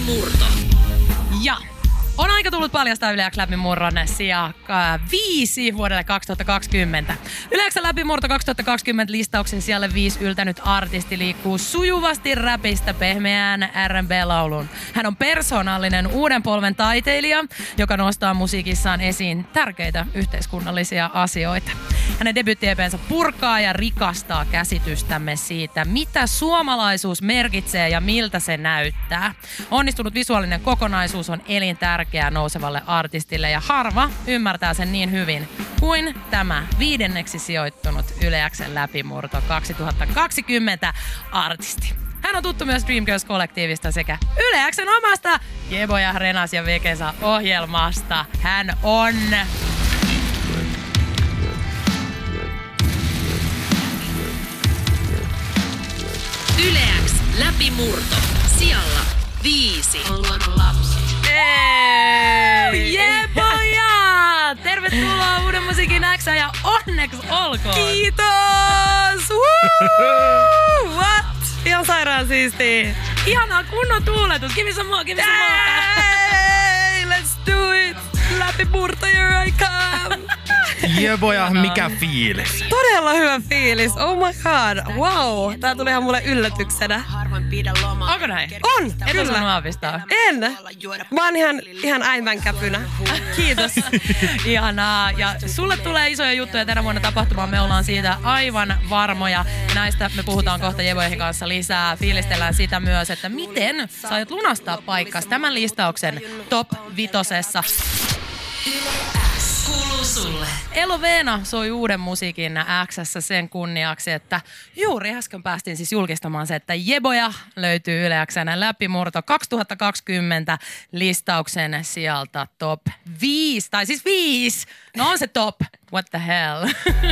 Läpimurto. Ja on aika tullut paljastaa Yle X läpimurron sija 5 vuodelle 2020. Yle X:n läpimurto 2020 listauksen sijalle 5 yltänyt artisti liikkuu sujuvasti räpistä pehmeään R&B-lauluun. Hän on persoonallinen uuden polven taiteilija, joka nostaa musiikissaan esiin tärkeitä yhteiskunnallisia asioita. Hänen debyytti-EP:nsä purkaa ja rikastaa käsitystämme siitä, mitä suomalaisuus merkitsee ja miltä se näyttää. Onnistunut visuaalinen kokonaisuus on elintärkeä nousevalle artistille ja harva ymmärtää sen niin hyvin kuin tämä 5. sijoittunut Yle X:n läpimurto 2020 artisti. Hän on tuttu myös Dreamgirls-kollektiivista sekä Yle X:n omasta Jeboja, Renas ja Vekesa -ohjelmasta. Hän on... Yle X läpimurto. Sijalla 5. On luonnon lapsi. Jeboja! Tervetuloa Uuden musiikin X:ään ja onneksi olkoon! Kiitos! What? Ihan sairaan siistiä. Ihanaa kunnon tuuletus. Give me some more, give me some more. Hey, let's do it! Läpimurto, here I come! Jeboja, mikä fiilis? Todella hyvä fiilis. Oh my god. Wow. Tää tuli ihan mulle yllätyksenä. Onko näin? On! Et Kyllä. osannut aavistaa. En. Mä oon ihan äimänkäpynä. Kiitos. Ihanaa. Ja sulle tulee isoja juttuja tänä vuonna tapahtumaan. Me ollaan siitä aivan varmoja. Näistä me puhutaan kohta Jebojen kanssa lisää. Fiilistellään sitä myös, että miten sä aiot lunastaa paikkas tämän listauksen top 5. Kuuluu sulle. Eloveena soi Uuden musiikin X:ssä sen kunniaksi, että juuri äsken päästiin siis julkistamaan se, että Jeboja löytyy Yle X:n läpimurto 2020 listauksen sijalta top 5, tai siis 5. No on se top. What the hell?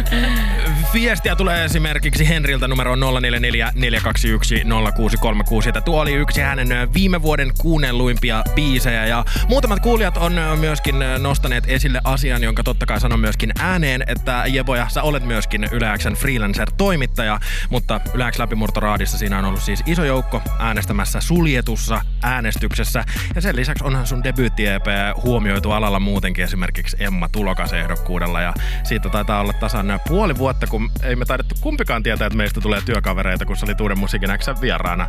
Viestiä tulee esimerkiksi Henriltä numeroon 044 421 0636. Ja tuo oli yksi hänen viime vuoden kuunnelluimpia biisejä. Ja muutamat kuulijat on myöskin nostaneet esille asian, jonka totta kai sanon myöskin ääneen, että Jeboja, sä olet myöskin Yle X:n freelancer-toimittaja, mutta Yle X läpimurtoraadissa siinä on ollut siis iso joukko äänestämässä suljetussa äänestyksessä. Ja sen lisäksi onhan sun debyytti-EP huomioitu alalla muutenkin esimerkiksi Emma Tulokas-ehdokkuudella. Ja siitä taitaa olla tasan puoli vuotta, kun ei me taidettu kumpikaan tietää, että meistä tulee työkavereita, kun sä olit Uuden musiikin X:n vieraana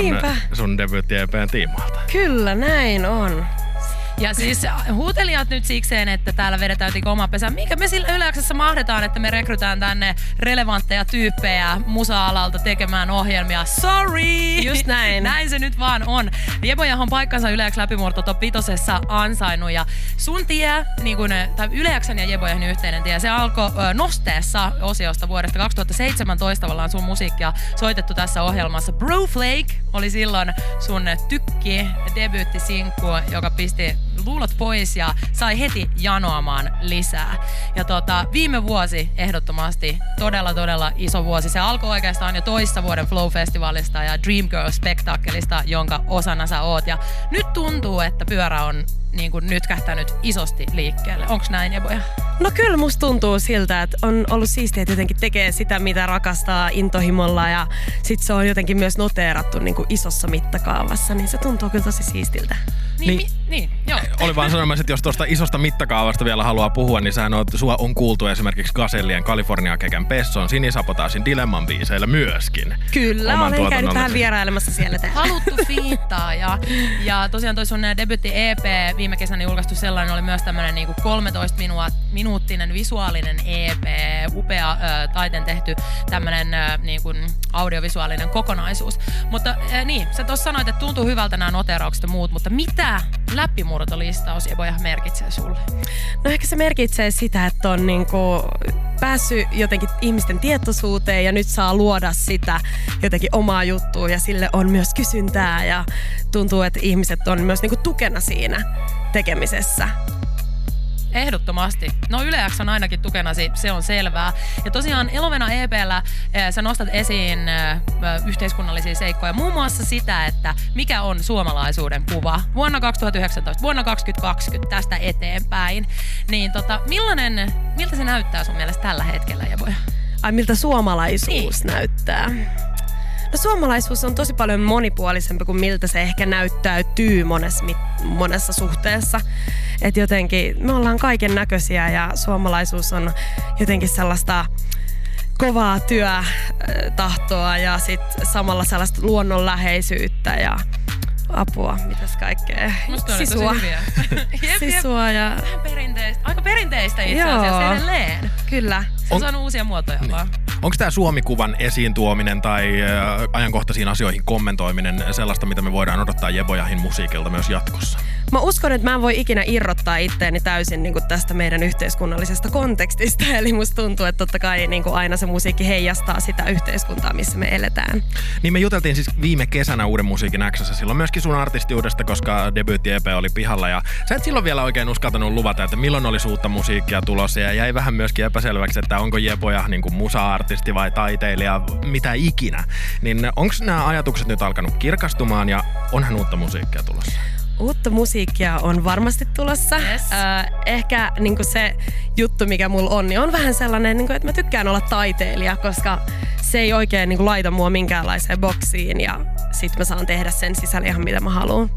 sun debyytti-EP:n tiimoilta. Kyllä, näin on. Ja siis huutelijat nyt sikseen, että täällä vedetään oma pesä. Mikä me sillä Yle X:ssä mahdetaan, että me rekrytään tänne relevantteja tyyppejä musa-alalta tekemään ohjelmia. Sorry! Just näin. Näin se nyt vaan on. Jebojahan on paikkansa Yle X läpimurto top 5 ansainnut. Ja sun tie, niin kun, tai Yle X:n ja Jebojen yhteinen tie, se alkoi Nosteessa osiosta vuodesta 2017 tavallaan sun musiikkia soitettu tässä ohjelmassa. Bro Flake oli silloin sun tykki, debyyttisinkku, joka pisti luulot pois ja sai heti janoamaan lisää. Ja viime vuosi ehdottomasti todella iso vuosi. Se alkoi oikeastaan jo toissa vuoden Flow-festivaalista ja Dreamgirls-spektaakkelista, jonka osana sä oot. Ja nyt tuntuu, että pyörä on niin kuin nytkähtänyt isosti liikkeelle. Onks näin, Jeboja? No kyllä musta tuntuu siltä, että on ollut siistiä, että jotenkin tekee sitä, mitä rakastaa intohimolla ja sit se on jotenkin myös noteerattu niin kuin isossa mittakaavassa, niin se tuntuu kyllä tosi siistiltä. Niin, joo. Oli vaan sanomassa, että jos tuosta isosta mittakaavasta vielä haluaa puhua, niin sua on kuultu esimerkiksi Gazellien California Keken Pesson, Sinisabotaasin Dilemman biiseillä myöskin. Kyllä, olen käynyt vähän vierailemassa siellä täällä. Haluttu fiittaa ja tosiaan toi sun debyytti-EP viime kesänä julkaistu sellainen oli myös tämmönen niinku 13-minuuttinen visuaalinen EP, upea taiteen tehty tämmönen niinku audiovisuaalinen kokonaisuus. Mutta niin, sä tuossa sanoit, että tuntuu hyvältä nämä noteraukset ja muut, mutta mitä läpimurtolistaus Jeboja merkitsee sulle? No ehkä se merkitsee sitä, että on niinku päässyt jotenkin ihmisten tietoisuuteen ja nyt saa luoda sitä jotenkin omaa juttua ja sille on myös kysyntää ja tuntuu, että ihmiset on myös niinku tukena siinä tekemisessä. Ehdottomasti. No Yle X on ainakin tukenasi, se on selvää. Ja tosiaan Eloveena EP:llä sä nostat esiin yhteiskunnallisia seikkoja. Muun muassa sitä, että mikä on suomalaisuuden kuva vuonna 2019, vuonna 2020 tästä eteenpäin. Niin miltä se näyttää sun mielestä tällä hetkellä, Jeboja? Ai miltä suomalaisuus näyttää? No suomalaisuus on tosi paljon monipuolisempi kuin miltä se ehkä näyttäytyy monessa suhteessa. Että jotenkin me ollaan kaiken näköisiä ja suomalaisuus on jotenkin sellaista kovaa työtahtoa ja sitten samalla sellaista luonnonläheisyyttä ja apua, mitäs kaikkea. Musta oli Sisua. tosi hyviä. Sisua ja... Vähän perinteistä. Aika perinteistä itse asiassa edelleen. Kyllä. Se on saanut uusia muotoja vaan. Onko tämä Suomi-kuvan esiin tuominen tai ajankohtaisiin asioihin kommentoiminen sellaista, mitä me voidaan odottaa Jebojahin musiikilta myös jatkossa? Mä uskon, että mä en voi ikinä irrottaa itteeni täysin niin kuin tästä meidän yhteiskunnallisesta kontekstista. Eli musta tuntuu, että totta kai niin kuin aina se musiikki heijastaa sitä yhteiskuntaa, missä me eletään. Niin me juteltiin siis viime kesänä Uuden musiikin X:ssä silloin myöskin sun artistiudesta, koska debyytti-EP oli pihalla. Ja sä et silloin vielä oikein uskaltanut luvata, että milloin olisi uutta musiikkia tulossa. Ja jäi vähän myöskin epäselväksi, että onko Jeboja niin kuin musa-artisti vai taiteilija, mitä ikinä. Niin onko nämä ajatukset nyt alkanut kirkastumaan ja onhan uutta musiikkia tulossa? Uutta musiikkia on varmasti tulossa. Yes. Ehkä niin kuin se juttu, mikä mulla on, niin on vähän sellainen, niin kuin, että mä tykkään olla taiteilija, koska se ei oikein niin kuin laita mua minkäänlaiseen boksiin ja sit mä saan tehdä sen sisällä ihan mitä mä haluan.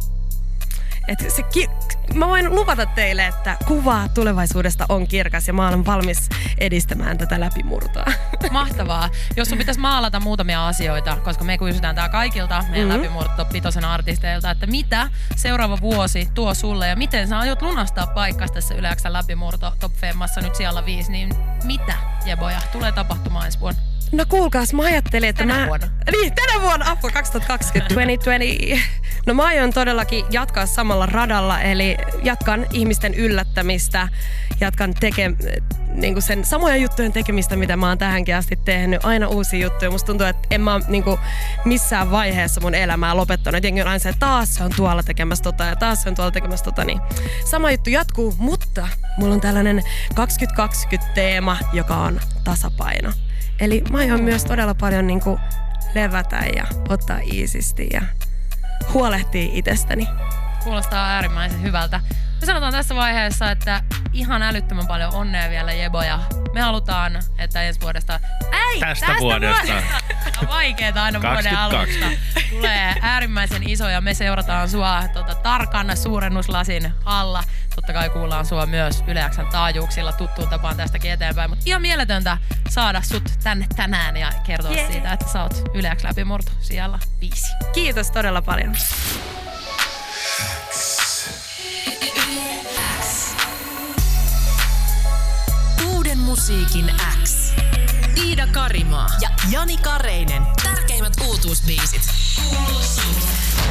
Mä voin luvata teille, että kuva tulevaisuudesta on kirkas ja mä olen valmis edistämään tätä läpimurtoa. Mahtavaa. Jos sun pitäisi maalata muutamia asioita, koska me kysytään tää kaikilta meidän läpimurto pitosen artisteilta, että mitä seuraava vuosi tuo sulle ja miten sä aiot lunastaa paikkas tässä Yle X:n läpimurto Top Femmassa nyt siellä 5, niin mitä Jeboja tulee tapahtumaan ensi vuonna? No kuulkaas, mä ajattelin, että Tänä vuonna. Niin, tänä vuonna, 2020, 2020. No mä aion todellakin jatkaa samalla radalla, eli jatkan ihmisten yllättämistä, jatkan niinku sen samojen juttujen tekemistä, mitä mä oon tähänkin asti tehnyt. Aina uusia juttuja. Musta tuntuu, että en mä niinku missään vaiheessa mun elämää lopettanut. Jengi on aina se, että taas se on tuolla tekemässä tota ja taas se on tuolla tekemässä tota. Niin sama juttu jatkuu, mutta mulla on tällainen 2020-teema, joka on tasapaino. Eli mä aion myös todella paljon niinku levätä ja ottaa iisisti ja huolehtia itsestäni. Kuulostaa äärimmäisen hyvältä. Me sanotaan tässä vaiheessa, että ihan älyttömän paljon onnea vielä Jeboja. Me halutaan, että ensi vuodesta... Tästä vuodesta. On vaikeeta aina vuoden alusta. Tulee äärimmäisen iso ja me seurataan sua tarkan suurennuslasin alla. Totta kai kuullaan sua myös Yle X:n taajuuksilla tuttuun tapaan tästäkin eteenpäin. Mutta ihan mieletöntä saada sut tänne tänään ja kertoa siitä, että sä oot Yle X läpimurto siellä 5. Kiitos todella paljon. Uuden musiikin X. Iida Karimaa ja Jani Kareinen. Tärkeimmät uutuusbiisit. Kuuluu sulle.